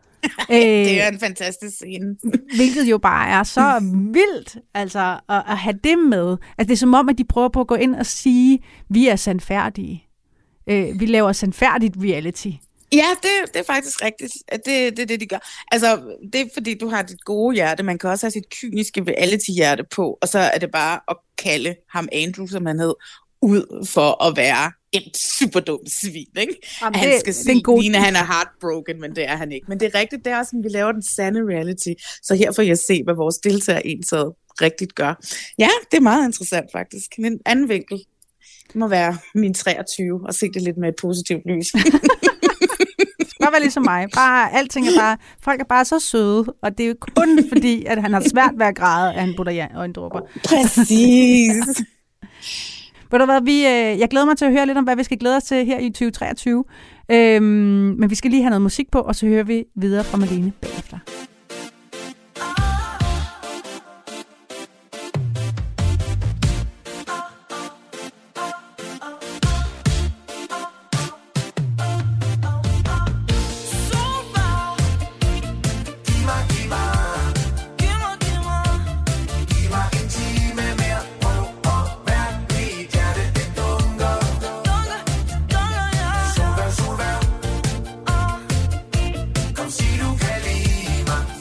Det er en fantastisk scene. Hvilket jo bare er så vildt, altså at, at have det med. Altså det er som om, at de prøver på at gå ind og sige, vi er sandfærdige. Øh, vi laver sandfærdigt reality. Ja, det, det er faktisk rigtigt. Det, det er det, de gør. Altså, det er fordi, du har dit gode hjerte. Man kan også have sit kyniske reality-hjerte på, og så er det bare at kalde ham Andrew, som han hed, ud for at være en super dum svin, ikke? Jamen, han skal sige, at han er heartbroken, men det er han ikke. Men det er rigtigt, det er også, at vi laver den sande reality. Så her får jeg se, hvad vores deltagere ensad rigtigt gør. Ja, det er meget interessant faktisk. En anden vinkel. Det må være min treogtyve, og se det lidt med et positivt lys. Bare være ligesom mig. Bare, alting er bare, folk er bare så søde, og det er jo kun fordi, at han har svært ved at græde, at han putter øjendråber. Præcis. Ved du hvad, vi, øh, jeg glæder mig til at høre lidt om, hvad vi skal glæde os til her i tyve treogtyve. Øhm, men vi skal lige have noget musik på, og så hører vi videre fra Malene bagefter. Kom sig du kan lide mig.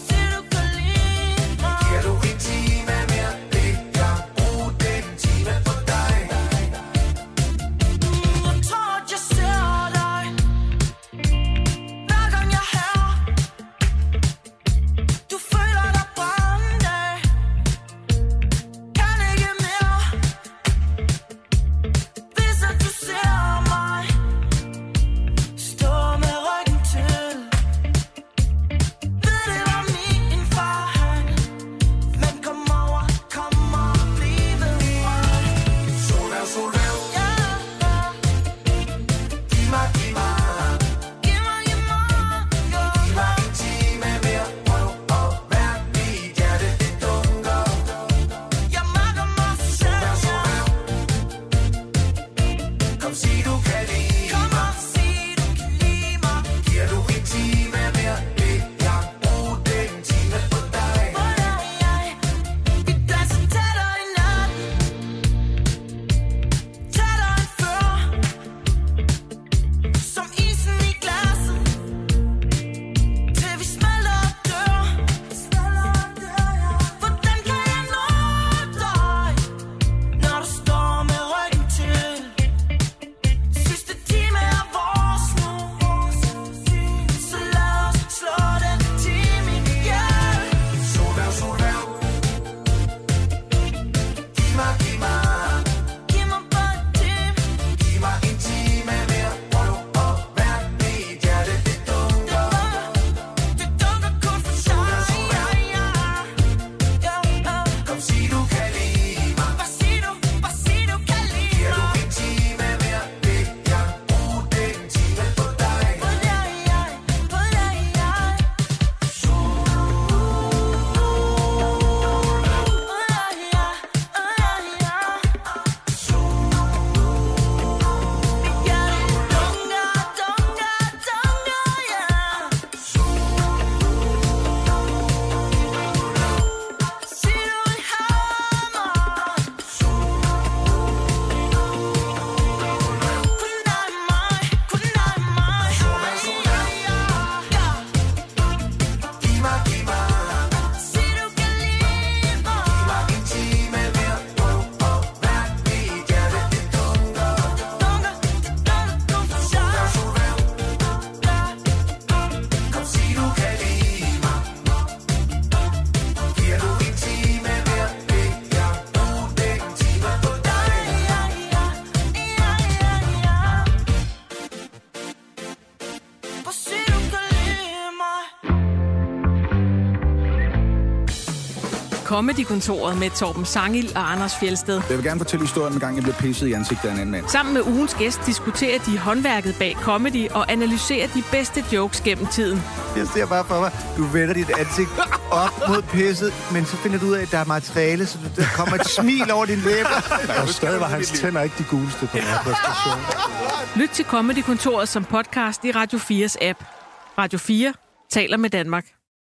Comedy-kontoret med Torben Sangil og Anders Fjeldsted. Jeg vil gerne fortælle historien, en gang jeg blev pisset i ansigtet af en anden mand. Sammen med ugens gæst diskuterer de håndværket bag comedy og analyserer de bedste jokes gennem tiden. Jeg ser bare for mig, du vender dit ansigt op mod pisset, men så finder du ud af, at der er materiale, så der kommer et smil over din læber. Og stadig var hans tænder ikke de guleste på den her præstation. Lyt til Comedy-kontoret som podcast i Radio fires app. Radio fire taler med Danmark.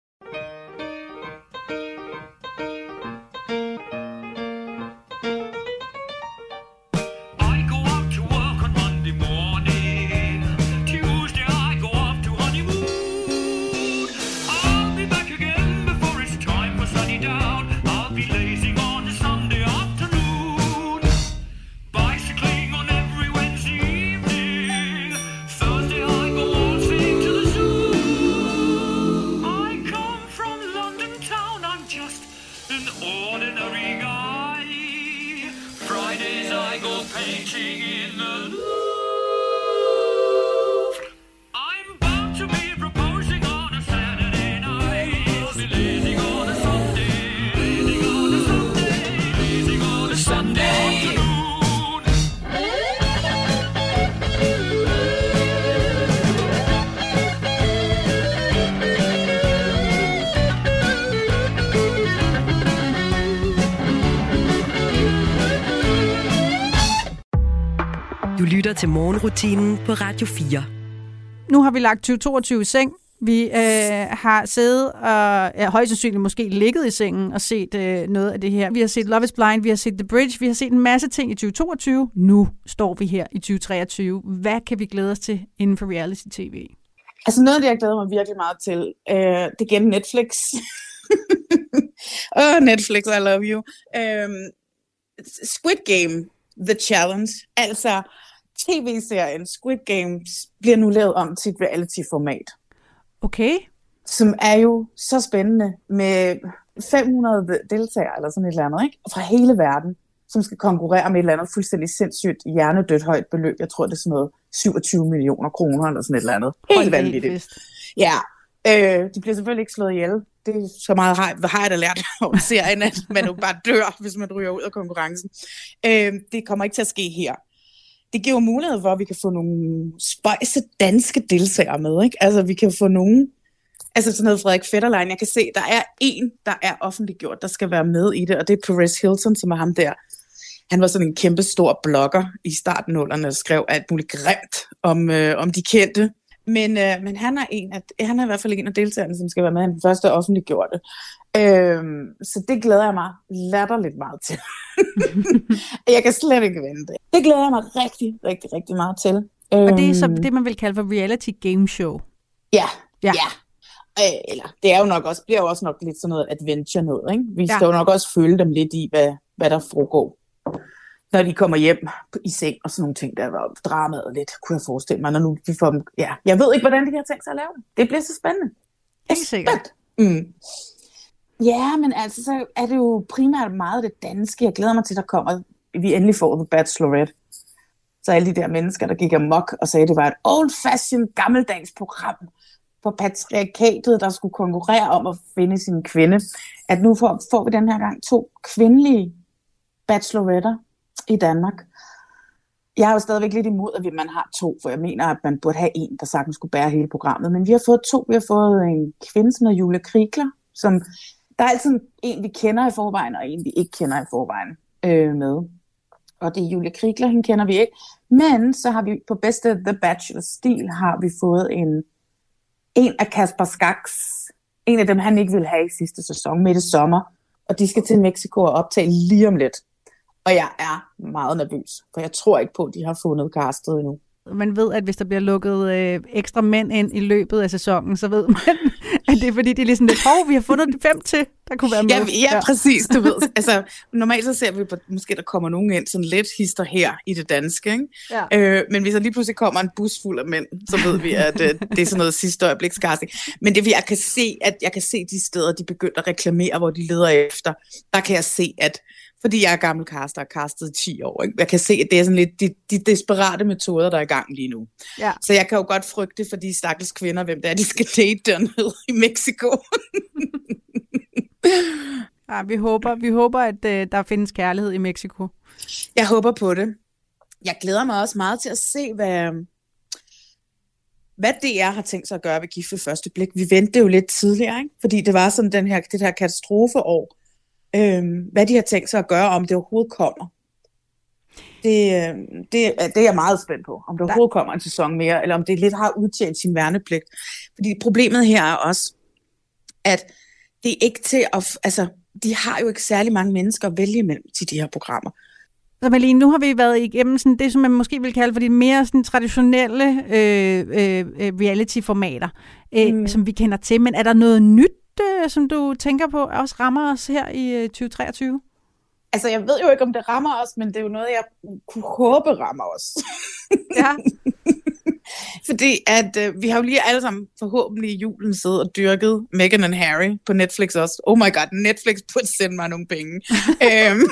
Du lytter til morgenrutinen på Radio fire. Nu har vi lagt tyve toogtyve i seng. Vi øh, har siddet og ja, højst sandsynligt måske ligget i sengen og set øh, noget af det her. Vi har set Love is Blind, vi har set The Bridge, vi har set en masse ting i tyve toogtyve. Nu står vi her i tyve treogtyve. Hvad kan vi glæde os til inden for reality-tv? Altså noget af det, jeg glæder mig virkelig meget til, øh, det er gennem Netflix. Åh, oh, Netflix, I love you. Um, Squid Game, The Challenge, altså tv-serien Squid Games bliver nu lavet om til et reality-format. Okay. Som er jo så spændende med fem hundrede deltagere eller sådan et eller andet, ikke? Fra hele verden, som skal konkurrere med et eller andet fuldstændig sindssygt hjernedødt højt beløb. Jeg tror, det er sådan noget syvogtyve millioner kroner eller sådan et eller andet. Helt vanvittigt. Ja, øh, de bliver selvfølgelig ikke slået ihjel. Det er så meget har, har jeg da lært om serien, at man jo bare dør, hvis man ryger ud af konkurrencen. Øh, det kommer ikke til at ske her. Det giver mulighed for, at vi kan få nogle spøjse danske deltagere med, ikke? Altså, vi kan få nogen, altså sådan noget Frederik Fetterlein. Jeg kan se, der er en, der er offentliggjort, der skal være med i det, og det er Perez Hilton, som er ham der. Han var sådan en kæmpe stor blogger i starten nullerne, og skrev alt muligt grimt om, øh, om de kendte. Men, øh, men han, er en af, han er i hvert fald en af deltagerne, som skal være med. Han er den første offentliggjorte. Øhm, så det glæder jeg mig latterligt meget til. Jeg kan slet ikke vente. Det glæder jeg mig rigtig, rigtig, rigtig meget til. Øhm, og det er så det, man vil kalde for reality game show? Ja, ja. ja. Øh, eller det er jo nok også, bliver jo også nok lidt sådan noget adventure noget, ikke? Vi ja. skal jo nok også følge dem lidt i, hvad, hvad der foregår. Når de kommer hjem i seng og sådan nogle ting, der var dramaet lidt, kunne jeg forestille mig, når nu vi får dem. Ja, jeg ved ikke, hvordan de har tænkt sig at lave det. Det bliver så spændende. Helt sikkert. Mm. Ja, men altså, så er det jo primært meget det danske. Jeg glæder mig til, at der kommer, vi endelig får The Bachelorette. Så alle de der mennesker, der gik amok og sagde, at det var et old-fashioned, gammeldags program på patriarkatet, der skulle konkurrere om at finde sin kvinde. At nu får, får vi den her gang to kvindelige bacheloretter i Danmark. Jeg har jo stadigvæk lidt imod, at man har to, for jeg mener, at man burde have en, der sagtens skulle bære hele programmet. Men vi har fået to. Vi har fået en kvinde, som hedder Julia Krigler, som der er altid en, vi kender i forvejen, og en, vi ikke kender i forvejen øh, med. Og det er Julia Krigler, hende kender vi ikke. Men så har vi på bedste The Bachelor-stil, har vi fået en, en af Kasper Skaks, en af dem, han ikke ville have i sidste sæson, Mette Sommer. Og de skal til Mexico og optage lige om lidt. Og jeg er meget nervøs, for jeg tror ikke på, at de har fundet castet endnu. Man ved, at hvis der bliver lukket øh, ekstra mænd ind i løbet af sæsonen, så ved man, at det er fordi, de er ligesom lidt, hov, vi har fundet fem til, der kunne være med. Ja, ja, ja. Præcis, du ved. Altså, normalt så ser vi, at måske der kommer nogen ind, sådan lidt hister her i det danske, ikke? Ja. Øh, men hvis der lige pludselig kommer en bus fuld af mænd, så ved vi, at øh, det er sådan noget sidste øjeblikscasting. Men det jeg kan se, at jeg kan se de steder, de begynder at reklamere, hvor de leder efter, der kan jeg se, at fordi jeg er gammel caster og castet i ti år. Ikke? Jeg kan se, at det er sådan lidt de, de desperate metoder, der er i gang lige nu. Ja. Så jeg kan jo godt frygte for de stakkels kvinder, hvem det er, de skal date dernede i Mexico. Ja, vi håber, vi håber at øh, der findes kærlighed i Mexico. Jeg håber på det. Jeg glæder mig også meget til at se, hvad, hvad D R har tænkt sig at gøre ved Gift ved første blik. Vi ventede jo lidt tidligere, ikke? Fordi det var sådan den her, det her katastrofeår. Øhm, hvad de har tænkt sig at gøre, om det overhovedet kommer. Det, det, det er jeg meget spændt på, om der overhovedet kommer en sæson mere, eller om det lidt har udtjent sin værnepligt. Fordi problemet her er også, at det er ikke til at... Altså, de har jo ikke særlig mange mennesker at vælge imellem til de her programmer. Så Malene, nu har vi været igennem sådan det, som man måske vil kalde for de mere sådan traditionelle øh, øh, reality-formater, øh, mm. som vi kender til. Men er der noget nyt, øh, som du tænker på, også rammer os her i øh, tyve treogtyve? Altså, jeg ved jo ikke, om det rammer os, men det er jo noget, jeg kunne håbe rammer os. Ja. Fordi at øh, vi har jo lige alle sammen forhåbentlig i julen siddet og dyrket Meghan and Harry på Netflix også. Oh my god, Netflix burde sende mig nogle penge. øhm.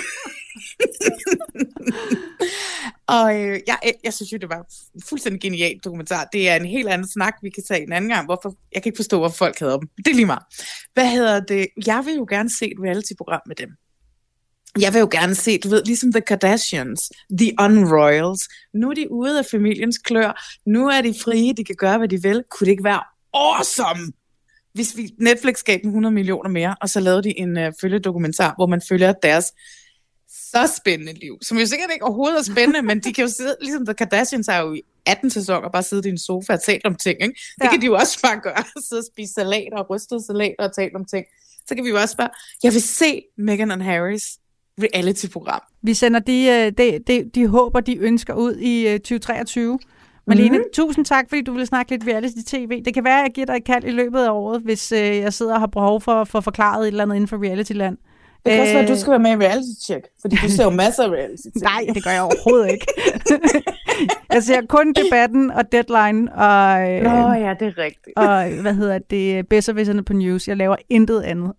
og øh, jeg, jeg synes jo, det var fuldstændig genialt dokumentar. Det er en helt anden snak, vi kan tage en anden gang. Hvorfor? Jeg kan ikke forstå, hvorfor folk hader dem. Det er lige meget. Hvad hedder det? Jeg vil jo gerne se et reality-program med dem. Jeg vil jo gerne se, du ved, ligesom The Kardashians, The Unroyals. Nu er de ude af familiens klør. Nu er de frie, de kan gøre, hvad de vil. Kunne det ikke være awesome, hvis vi Netflix gav dem hundrede millioner mere, og så lavede de en uh, følgedokumentar, hvor man følger deres så spændende liv, som jo sikkert ikke overhovedet er spændende, men de kan jo sidde, ligesom The Kardashians har jo i atten sæsoner bare siddet i en sofa og talt om ting, ikke? Det ja. Kan de jo også bare gøre, sidde og spise salater og rystede salater og tale om ting. Så kan vi jo også bare, jeg vil se Meghan and Harrys reality-program. Vi sender de, de, de, de håber, de ønsker ud i tyve treogtyve. Malene, mm-hmm. tusind tak, fordi du ville snakke lidt reality-tv. Det kan være, at jeg giver dig et kald i løbet af året, hvis øh, jeg sidder og har behov for at få forklaret et eller andet inden for reality-land. Det kan også være, at du skal være med i reality-check, fordi du ser jo masser af reality-tv. Nej, det gør jeg overhovedet ikke. Jeg ser kun Debatten og Deadline og... Øh, Nå ja, det er rigtigt. Og hvad hedder det? Bedservisserne på News. Jeg laver intet andet.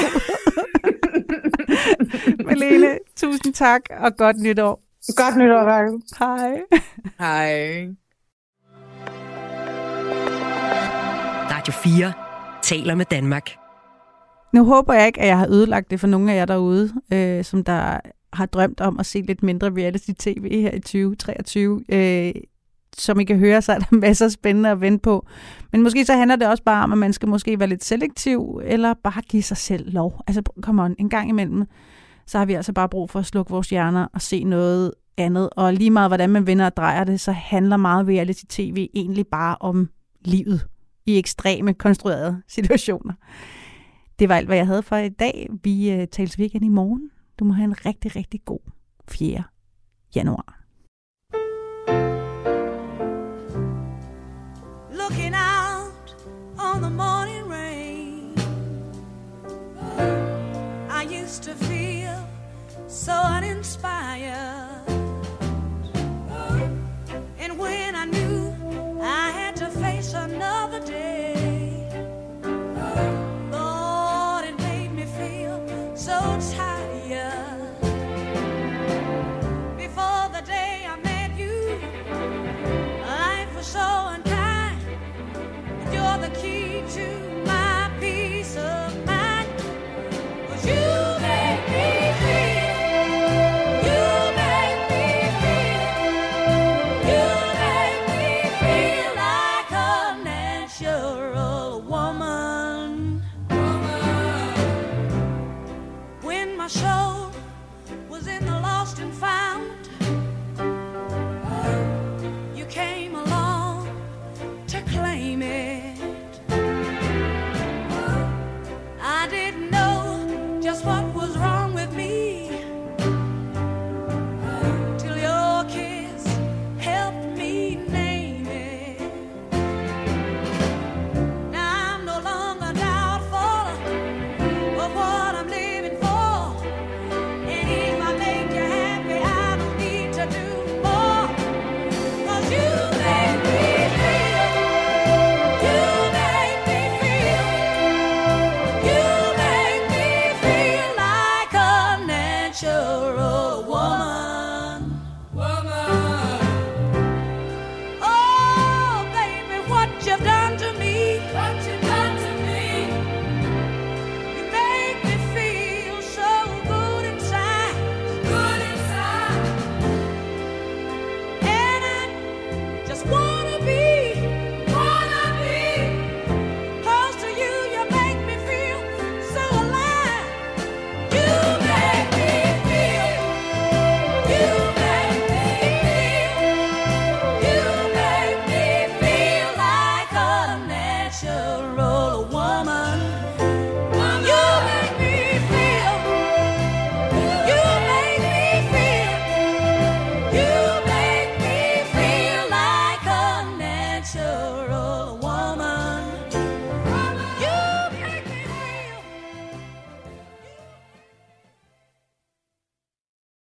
Malene, tusind tak, og godt nytår. Godt nytår, Rakel. Hej. Hej. Radio fire taler med Danmark. Nu håber jeg ikke, at jeg har ødelagt det for nogle af jer derude, øh, som der har drømt om at se lidt mindre reality-tv her i tyve treogtyve. Øh, som I kan høre, så er der masser af spændende at vente på. Men måske så handler det også bare om, at man skal måske være lidt selektiv, eller bare give sig selv lov. Altså, come on, en gang imellem, så har vi altså bare brug for at slukke vores hjerner og se noget andet. Og lige meget, hvordan man vender og drejer det, så handler meget reality-tv egentlig bare om livet i ekstreme, konstruerede situationer. Det var alt, hvad jeg havde for i dag. Vi uh, tales ved igen i morgen. Du må have en rigtig, rigtig god fjerde januar. Looking out on the morning rain, I used to feel so uninspired, and when I knew I had to face another day, Lord, it made me feel so tired.